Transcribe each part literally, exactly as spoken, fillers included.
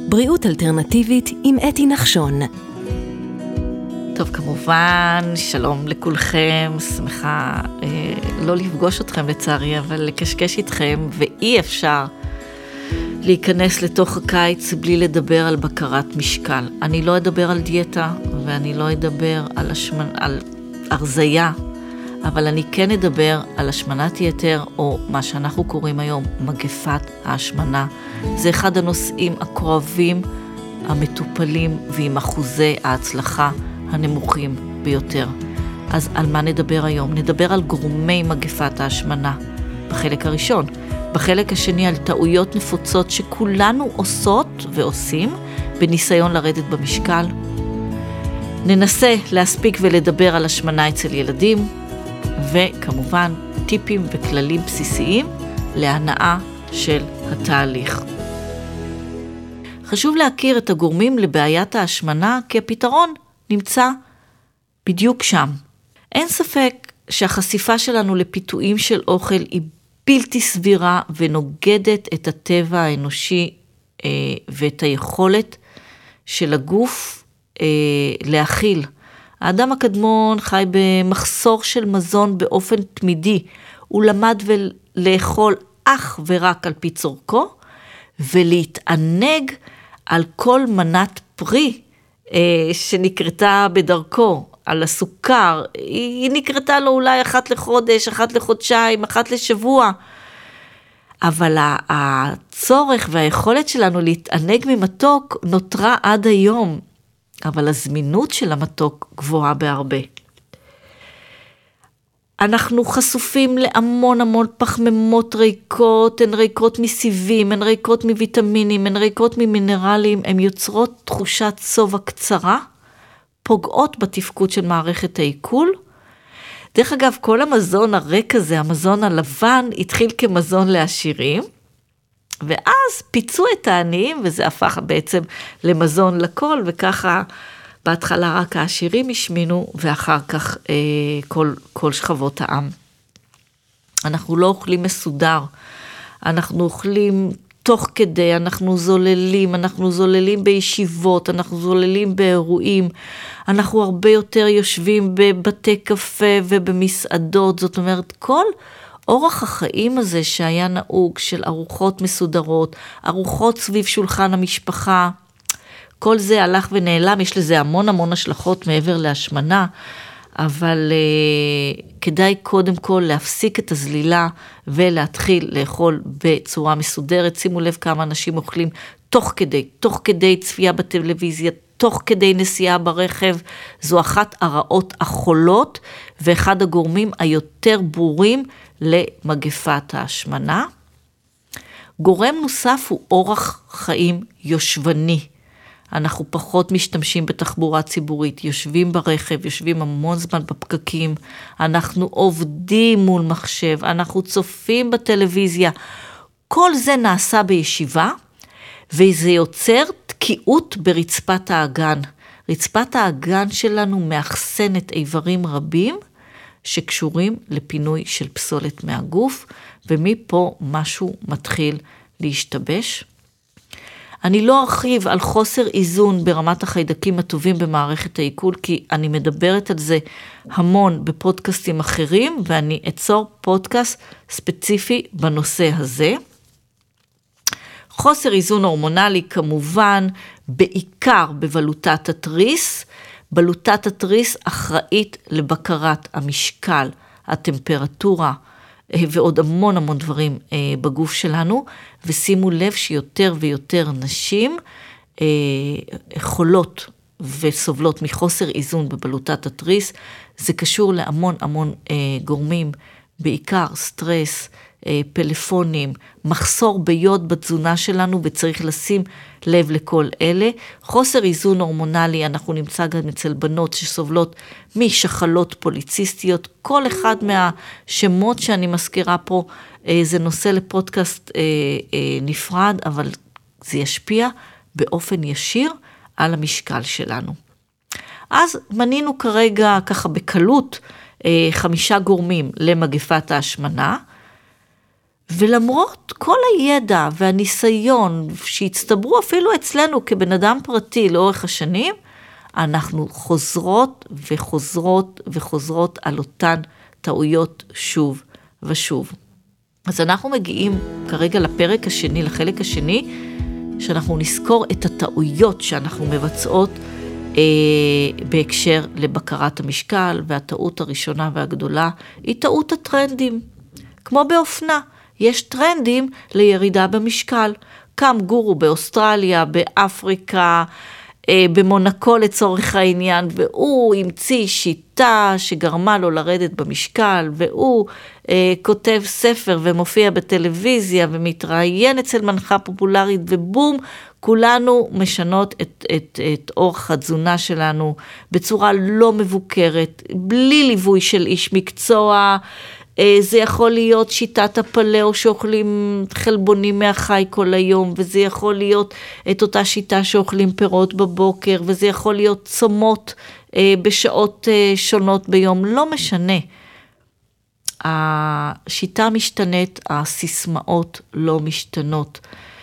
בריאות אלטרנטיבית עם אתי נחשון. טוב, כמובן, שלום לכולכם, שמחה אה, לא לפגוש אתכם לצערי, אבל לקשקש איתכם, ואי אפשר להיכנס לתוך הקיץ בלי לדבר על בקרת משקל. אני לא אדבר על דיאטה, ואני לא אדבר על, השמנ... על הרזיה, אבל אני כן אדבר על השמנת יתר, או מה שאנחנו קוראים היום מגפת ההשמנה. זה אחד הנושאים הכואבים, המטופלים, ועם אחוזי ההצלחה הנמוכים ביותר. אז על מה נדבר היום? נדבר על גורמי מגפת ההשמנה בחלק הראשון. בחלק השני על טעויות נפוצות שכולנו עושות ועושים בניסיון לרדת במשקל. ננסה להספיק ולדבר על השמנה אצל ילדים, וכמובן טיפים וכללים בסיסיים להנאה של התהליך. חשוב להכיר את הגורמים לבעיית ההשמנה, כי הפתרון נמצא בדיוק שם. אין ספק שהחשיפה שלנו לפיתויים של אוכל היא בלתי סבירה ונוגדת את הטבע האנושי אה, ואת היכולת של הגוף אה, להכיל. האדם הקדמון חי במחסור של מזון באופן תמידי. הוא למד לאכול אך ורק על פי צורכו, ולהתענג על כל מנת פרי אה, שנקרתה בדרכו, על הסוכר. היא, היא נקרתה לו אולי אחת לחודש, אחת לחודשיים, אחת לשבוע. אבל הצורך והיכולת שלנו להתענג ממתוק נותרה עד היום. אבל הזמינות של המתוק גבוהה בהרבה. אנחנו חשופים להמון המון פחמימות ריקות, הן ריקות מסיבים, הן ריקות מוויטמינים, הן ריקות ממינרלים, הן יוצרות תחושת סובה קצרה, פוגעות בתפקוד של מערכת העיכול. דרך אגב, כל המזון הריק הזה, המזון הלבן, התחיל כמזון לעשירים, ואז פיצו את העניים, וזה הפך בעצם למזון לכל, וככה בהתחלה רק העשירים השמינו, ואחר כך אה, כל, כל שכבות העם. אנחנו לא אוכלים מסודר, אנחנו אוכלים תוך כדי, אנחנו זוללים, אנחנו זוללים בישיבות, אנחנו זוללים באירועים, אנחנו הרבה יותר יושבים בבתי קפה ובמסעדות, זאת אומרת, כל אורח החיים הזה שהיה נהוג של ארוחות מסודרות, ארוחות סביב שולחן המשפחה, כל זה הלך ונעלם, יש לזה המון המון השלכות מעבר להשמנה, אבל uh, כדאי קודם כל להפסיק את הזלילה ולהתחיל לאכול בצורה מסודרת. שימו לב כמה אנשים אוכלים תוך כדי, תוך כדי צפייה בטלוויזיה, תוך כדי נסיעה ברכב. זו אחת הרעות החולות ואחד הגורמים היותר ברורים למגפת ההשמנה. גורם נוסף הוא אורח חיים יושבני. אנחנו פחות משתמשים בתחבורה ציבורית, יושבים ברכב, יושבים המון זמן בפקקים, אנחנו עובדים מול מחשב, אנחנו צופים בטלוויזיה. כל זה נעשה בישיבה, וזה יוצר תקיעות ברצפת האגן. רצפת האגן שלנו מאחסנת איברים רבים, שקשורים לפינוי של פסולת מהגוף, ומפה משהו מתחיל להשתבש. אני לא ארחיב על חוסר איזון ברמת החיידקים הטובים במערכת העיכול, כי אני מדברת על זה המון בפודקאסטים אחרים, ואני אצור פודקאסט ספציפי בנושא הזה. חוסר איזון הורמונלי כמובן, בעיקר בבלוטת התריס. בלוטת התריס אחראית לבקרת המשקל, הטמפרטורה, ועוד המון המון דברים אה, בגוף שלנו, ושימו לב שיותר ויותר נשים אה, חולות וסובלות מחוסר איזון בבלוטת התריס. זה קשור להמון המון אה, גורמים, בעיקר סטרס, אה, פלאפונים, מחסור ביוד בתזונה שלנו, וצריך לשים לב לכל אלה. חוסר איזון הורמונלי, אנחנו נמצא גם אצל בנות שסובלות משחלות פוליציסטיות. כל אחד מהשמות שאני מזכירה פה, אה, זה נושא לפודקאסט אה, אה, נפרד, אבל זה ישפיע באופן ישיר על המשקל שלנו. אז מנינו כרגע ככה בקלות, חמישה גורמים למגפת ההשמנה, ולמרות כל הידע והניסיון שהצטברו אפילו אצלנו כבן אדם פרטי לאורך השנים, אנחנו חוזרות וחוזרות וחוזרות על אותן טעויות שוב ושוב. אז אנחנו מגיעים כרגע לפרק השני, לחלק השני, שאנחנו נזכור את הטעויות שאנחנו מבצעות אה, בהקשר לבקרת המשקל, והטעות הראשונה והגדולה היא טעות הטרנדים. כמו באופנה, יש טרנדים לירידה במשקל. קם גורו באוסטרליה, באפריקה, אה, במונקו לצורך העניין, והוא המציא שיטה שגרמה לו לרדת במשקל, והוא אה, כותב ספר ומופיע בטלוויזיה ומתראיין אצל מנחה פופולרית, ובום, כולנו משנות את, את, את אורח התזונה שלנו בצורה לא מבוקרת, בלי ליווי של איש מקצוע. זה יכול להיות שיטת הפלאו שאוכלים חלבונים מהחי כל היום, וזה יכול להיות את אותה שיטה שאוכלים פירות בבוקר, וזה יכול להיות צומות בשעות שונות ביום, לא משנה. השיטה משתנית, הסיסמאות לא משתנות.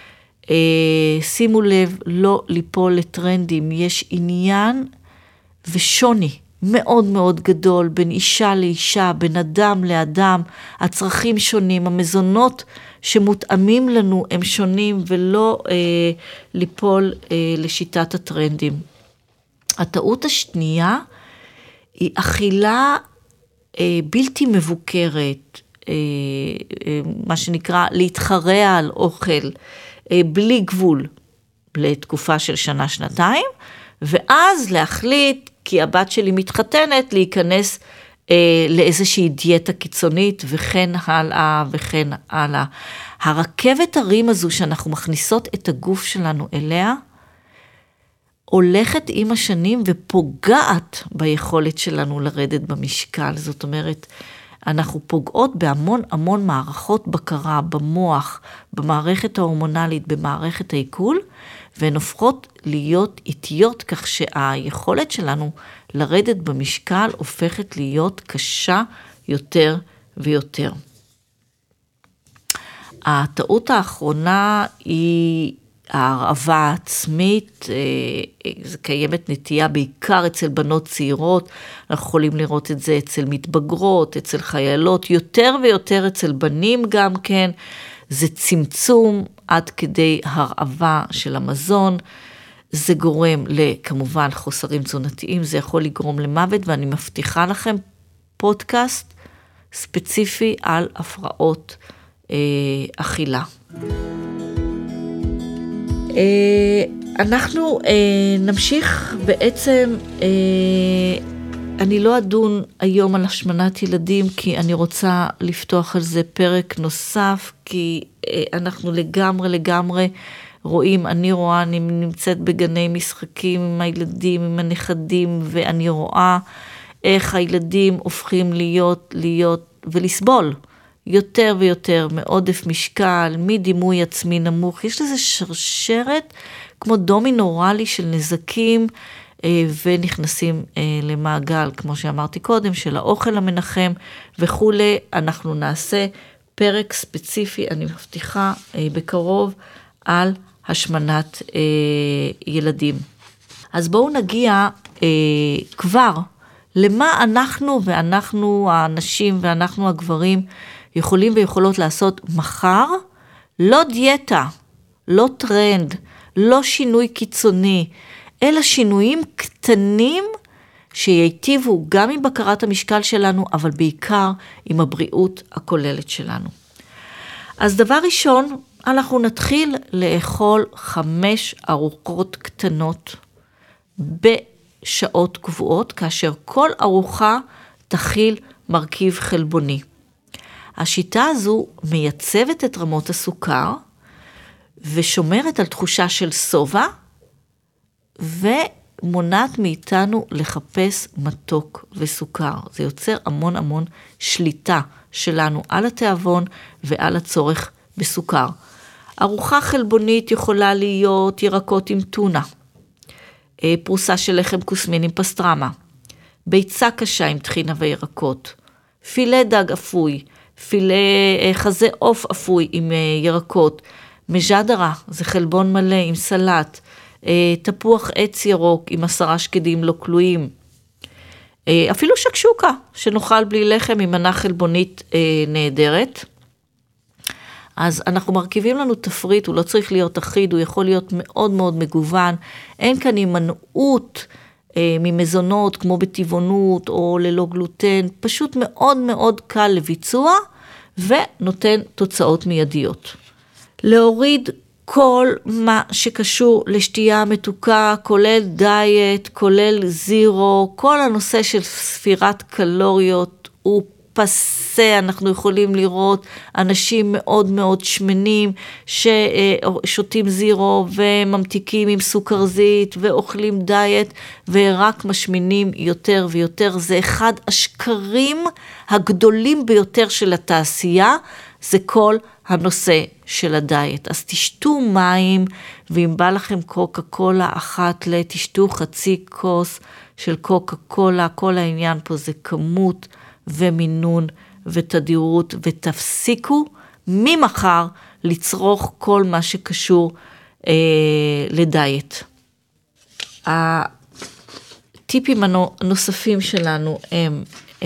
שימו לב, לא ליפול לטרנדים, יש עניין ושוני מאוד מאוד גדול בין אישה לאישה, בין אדם לאדם, הצרכים שונים, המזונות שמותאמים לנו הם שונים, ולא אה, ליפול אה, לשיטת הטרנדים. הטעות השנייה היא אכילה אה, בלתי מבוקרת, אה, אה, מה שנקרא להתחרע על אוכל, אה, בלי גבול, לתקופה של שנה, שנתיים, ואז להחליט, כי הבת שלי מתחתנת, להיכנס אה, לאיזושהי דיאטה קיצונית, וכן הלאה וכן הלאה. הרכבת הרים הזו שאנחנו מכניסות את הגוף שלנו אליה, הולכת עם השנים ופוגעת ביכולת שלנו לרדת במשקל. זאת אומרת, אנחנו פוגעות בהמון המון מערכות בקרה, במוח, במערכת ההורמונלית, במערכת העיכול, והן הופכות להיות איטיות, כך שהיכולת שלנו לרדת במשקל הופכת להיות קשה יותר ויותר. הטעות האחרונה היא ההרעבה העצמית, זה קיימת נטייה בעיקר אצל בנות צעירות, אנחנו יכולים לראות את זה אצל מתבגרות, אצל חיילות, יותר ויותר אצל בנים גם כן, זה צמצום עד כדי הרעבה של המזון, זה גורם לכמובן חוסרים תזונתיים, זה יכול לגרום למוות, ואני מבטיחה לכם פודקאסט ספציפי על הפרעות אה, אכילה. אנחנו נמשיך בעצם, אני לא אדון היום על השמנת ילדים, כי אני רוצה לפתוח על זה פרק נוסף, כי אנחנו לגמרי לגמרי רואים, אני רואה, אני נמצאת בגני משחקים עם הילדים, עם הנכדים, ואני רואה איך הילדים הופכים להיות, להיות ולסבול. יותר ויותר מעודף משקל, מדימוי עצמי נמוך, יש לזה שרשרת כמו דומינורלי של נזקים, ונכנסים למעגל, כמו שאמרתי קודם, של האוכל המנחם וכו'. אנחנו נעשה פרק ספציפי, אני מבטיחה בקרוב, על השמנת ילדים. אז בואו נגיע כבר למה אנחנו ואנחנו האנשים ואנחנו הגברים יכולים ויכולות לעשות מחר, לא דיאטה, לא טרנד, לא שינוי קיצוני, אלא שינויים קטנים שייטיבו גם עם בקרת המשקל שלנו, אבל בעיקר עם הבריאות הכוללת שלנו. אז דבר ראשון, אנחנו נתחיל לאכול חמש ארוחות קטנות בשעות קבועות, כאשר כל ארוחה תכיל מרכיב חלבוני. השיטה הזו מייצבת את רמות הסוכר, ושומרת על תחושה של סובה, ומונעת מאיתנו לחפש מתוק וסוכר. זה יוצר המון המון שליטה שלנו על התיאבון ועל הצורך בסוכר. ארוחה חלבונית יכולה להיות ירקות עם טונה, פרוסה של לחם כוסמין עם פסטרמה, ביצה קשה עם טחינה וירקות, פילה דג אפוי, פילה חזה עוף אפוי עם ירקות, מז'דרה, זה חלבון מלא עם סלט, תפוח עץ ירוק עם עשרה שקדים לא כלואים, אפילו שקשוקה שנאכל בלי לחם עם מנה חלבונית נהדרת. אז אנחנו מרכיבים לנו תפריט, הוא לא צריך להיות אחיד, הוא יכול להיות מאוד מאוד מגוון, אין כאן הימנעות אה, ממזונות כמו בטבעונות או ללא גלוטן, פשוט מאוד מאוד קל לביצוע ונותן תוצאות מיידיות. להוריד כל מה שקשור לשתייה מתוקה, כולל דיאט, כולל זירו, כל הנושא של ספירת קלוריות הוא פסה. אנחנו יכולים לראות אנשים מאוד מאוד שמנים ששותים זירו וממתיקים עם סוכרזית ואוכלים דיאט ורק משמינים יותר ויותר. זה אחד השקרים הגדולים ביותר של התעשייה, זה כל הנושא של הדיאט. אז תשתו מים, ואם בא לכם קוקה קולה אחת, תשתו חצי כוס של קוקה קולה. כל העניין פה זה כמות ומינון ותדירות, ותפסיקו ממחר לצרוך כל מה שקשור אה, לדיאט. הטיפים הנוספים שלנו הם אה,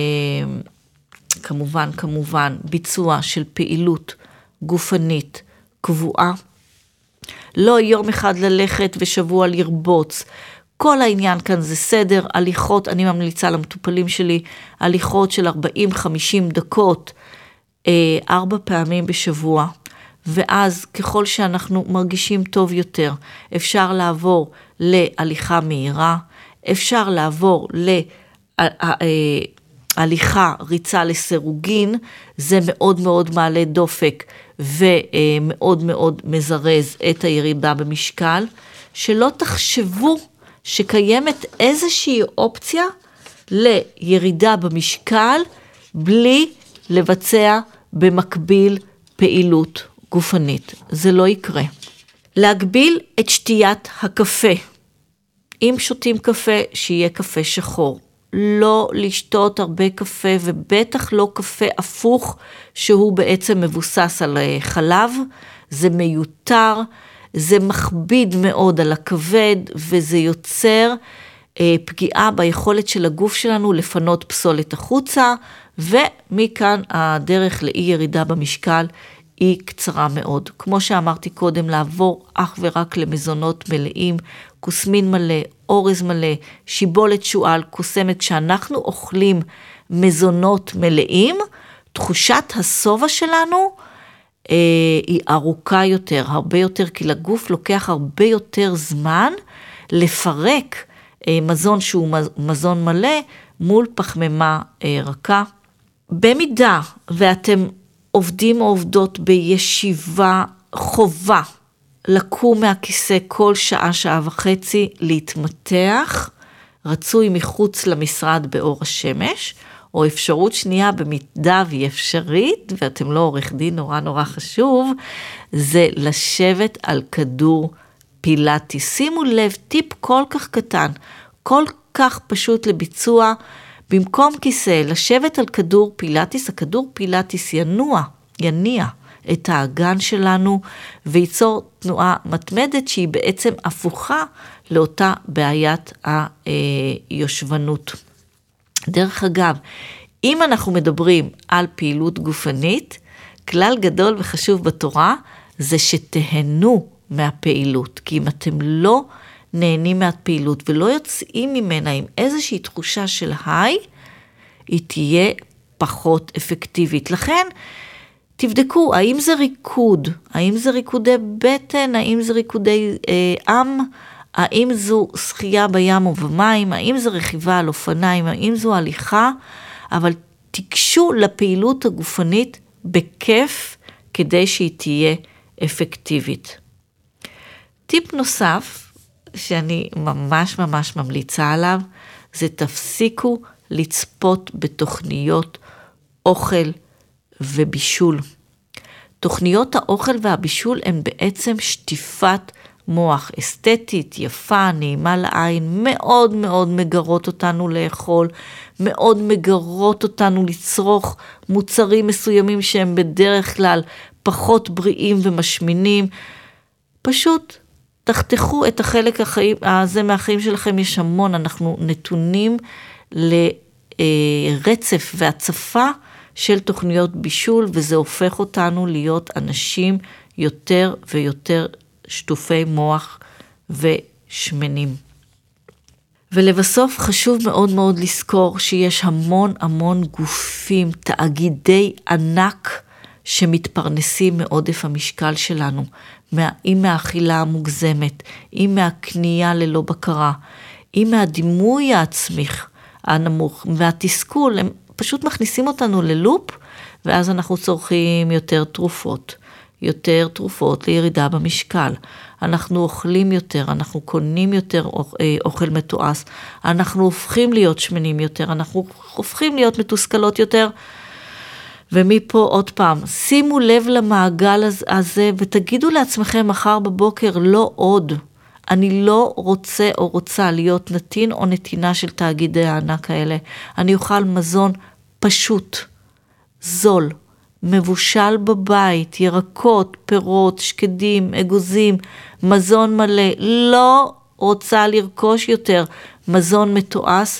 כמובן, כמובן, ביצוע של פעילות גופנית קבועה, לא יום אחד ללכת ושבוע לרבוץ. כל העניין כאן זה סדר, הליכות, אני ממליצה למטופלים שלי, הליכות של ארבעים חמישים דקות, ארבע פעמים בשבוע, ואז ככל שאנחנו מרגישים טוב יותר, אפשר לעבור להליכה מהירה, אפשר לעבור להליכה ריצה לסירוגין, זה מאוד מאוד מעלה דופק, ומאוד מאוד מזרז את הירידה במשקל, שלא תחשבו שקיימת איזושהי אופציה לירידה במשקל, בלי לבצע במקביל פעילות גופנית. זה לא יקרה. להגביל את שתיית הקפה. אם שותים קפה, שיהיה קפה שחור. לא לשתות הרבה קפה, ובטח לא קפה הפוך, שהוא בעצם מבוסס על חלב. זה מיותר, זה מכביד מאוד על הכבד, וזה יוצר אה, פגיעה ביכולת של הגוף שלנו לפנות פסולת החוצה, ומכאן הדרך לאי ירידה במשקל היא קצרה מאוד. כמו שאמרתי קודם, לעבור אך ורק למזונות מלאים, כוסמין מלא, אורז מלא, שיבולת שועל, קוסמת. כשאנחנו אוכלים מזונות מלאים, תחושת הסובה שלנו אה, היא ארוכה יותר, הרבה יותר, כי לגוף לוקח הרבה יותר זמן לפרק אה, מזון שהוא מזון מלא מול פחמימה אה, רכה. במידה ואתם עובדים או עובדות בישיבה, חובה לקום מהכיסא כל שעה, שעה וחצי, להתמתח, רצוי מחוץ למשרד באור השמש, או אפשרות שנייה במידה והיא אפשרית, ואתם לא עורך דין, נורא נורא חשוב, זה לשבת על כדור פילאטיס. שימו לב, טיפ כל כך קטן, כל כך פשוט לביצוע, במקום כיסא, לשבת על כדור פילאטיס, הכדור פילאטיס ינוע, יניע את האגן שלנו, וייצור תנועה מתמדת שהיא בעצם הפוכה לאותה בעיית היושבנות. דרך אגב, אם אנחנו מדברים על פעילות גופנית, כלל גדול וחשוב בתורה, זה שתהנו מהפעילות, כי אם אתם לא נהנים מהפעילות ולא יוצאים ממנה עם איזושהי תחושה של היי, היא תהיה פחות אפקטיבית. לכן, תבדקו, האם זה ריקוד, האם זה ריקודי בטן, האם זה ריקודי אה, עם, האם זו שחייה בים ובמים, האם זו רכיבה על אופניים, האם זו הליכה, אבל תקשו לפעילות הגופנית בכיף, כדי שהיא תהיה אפקטיבית. טיפ נוסף, שאני ממש ממש ממליצה עליו, זה תפסיקו לצפות בתוכניות אוכל ובישול. תוכניות האוכל והבישול הן בעצם שטיפת מוח אסתטית, יפה, נעימה לעין, מאוד מאוד מגרות אותנו לאכול, מאוד מגרות אותנו לצרוך מוצרים מסוימים שהם בדרך כלל פחות בריאים ומשמינים. פשוט תחתכו את החלק החיים, הזה מהחיים שלכם, יש המון, אנחנו נתונים לרצף והצפה של תוכניות בישול, וזה הופך אותנו להיות אנשים יותר ויותר שטופי מוח ושמנים. ולבסוף חשוב מאוד מאוד לזכור שיש המון המון גופים, תאגידי ענק שמתפרנסים מעודף המשקל שלנו, אם מהאכילה המוגזמת, אם מהקנייה ללא בקרה, אם מהדימוי העצמי הנמוך, מהתסכול, הם פשוט מכניסים אותנו ללופ, ואז אנחנו צורכים יותר תרופות, יותר תרופות לירידה במשקל. אנחנו אוכלים יותר, אנחנו קונים יותר אוכל מתועש, אנחנו הופכים להיות שמנים יותר, אנחנו הופכים להיות מתוסכלות יותר, ומפה עוד פעם, שימו לב למעגל הזה, ותגידו לעצמכם מחר בבוקר, לא עוד. אני לא רוצה או רוצה להיות נתין או נתינה של תאגידי הענק האלה. אני אוכל מזון פשוט, זול, מבושל בבית, ירקות, פירות, שקדים, אגוזים, מזון מלא. לא רוצה לרכוש יותר מזון מתועש.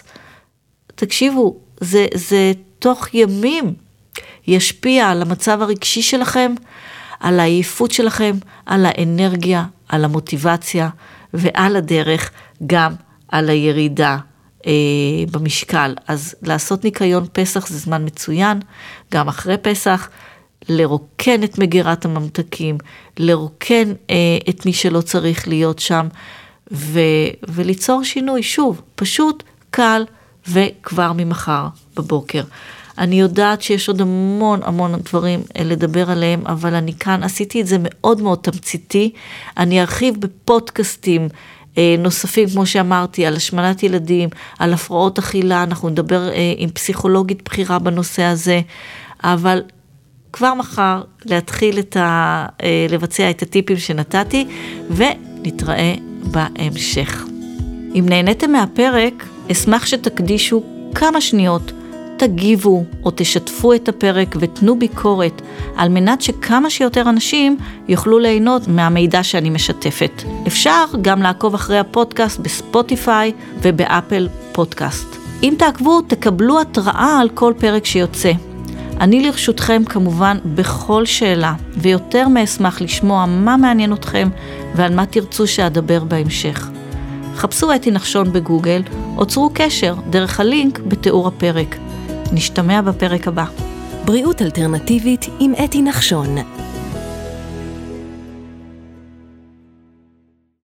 תקשיבו, זה, זה תוך ימים ישפיע על המצב הרגשי שלכם, על העייפות שלכם, על האנרגיה, על המוטיבציה, ועל הדרך גם על הירידה אה, במשקל. אז לעשות ניקיון פסח זה זמן מצוין, גם אחרי פסח, לרוקן את מגירת הממתקים, לרוקן אה, את מי שלא צריך להיות שם, ו, וליצור שינוי. שוב, פשוט, קל, וכבר ממחר בבוקר. אני יודעת שיש עוד המון המון דברים לדבר עליהם, אבל אני כאן עשיתי את זה מאוד מאוד תמציתי. אני ארחיב בפודקאסטים נוספים, כמו שאמרתי, על השמנת ילדים, על הפרעות אכילה, אנחנו נדבר עם פסיכולוגית בחירה בנושא הזה, אבל כבר מחר להתחיל את ה, לבצע את הטיפים שנתתי, ונתראה בהמשך. אם נהניתם מהפרק, אשמח שתקדישו כמה שניות, תגיבו או תשתפו את הפרק ותנו ביקורת, על מנת שכמה שיותר אנשים יוכלו ליהנות מהמידע שאני משתפת. אפשר גם לעקוב אחרי הפודקאסט בספוטיפיי ובאפל פודקאסט. אם תעקבו, תקבלו התראה על כל פרק שיוצא. אני לרשותכם כמובן בכל שאלה, ויותר מאשמח לשמוע מה מעניין אתכם ועל מה תרצו שאדבר בהמשך. חפשו אתי נחשון בגוגל, או צרו קשר דרך הלינק בתיאור הפרק. נשתמע בפרק הבא. בריאות אלטרנטיבית עם אתי נחשון.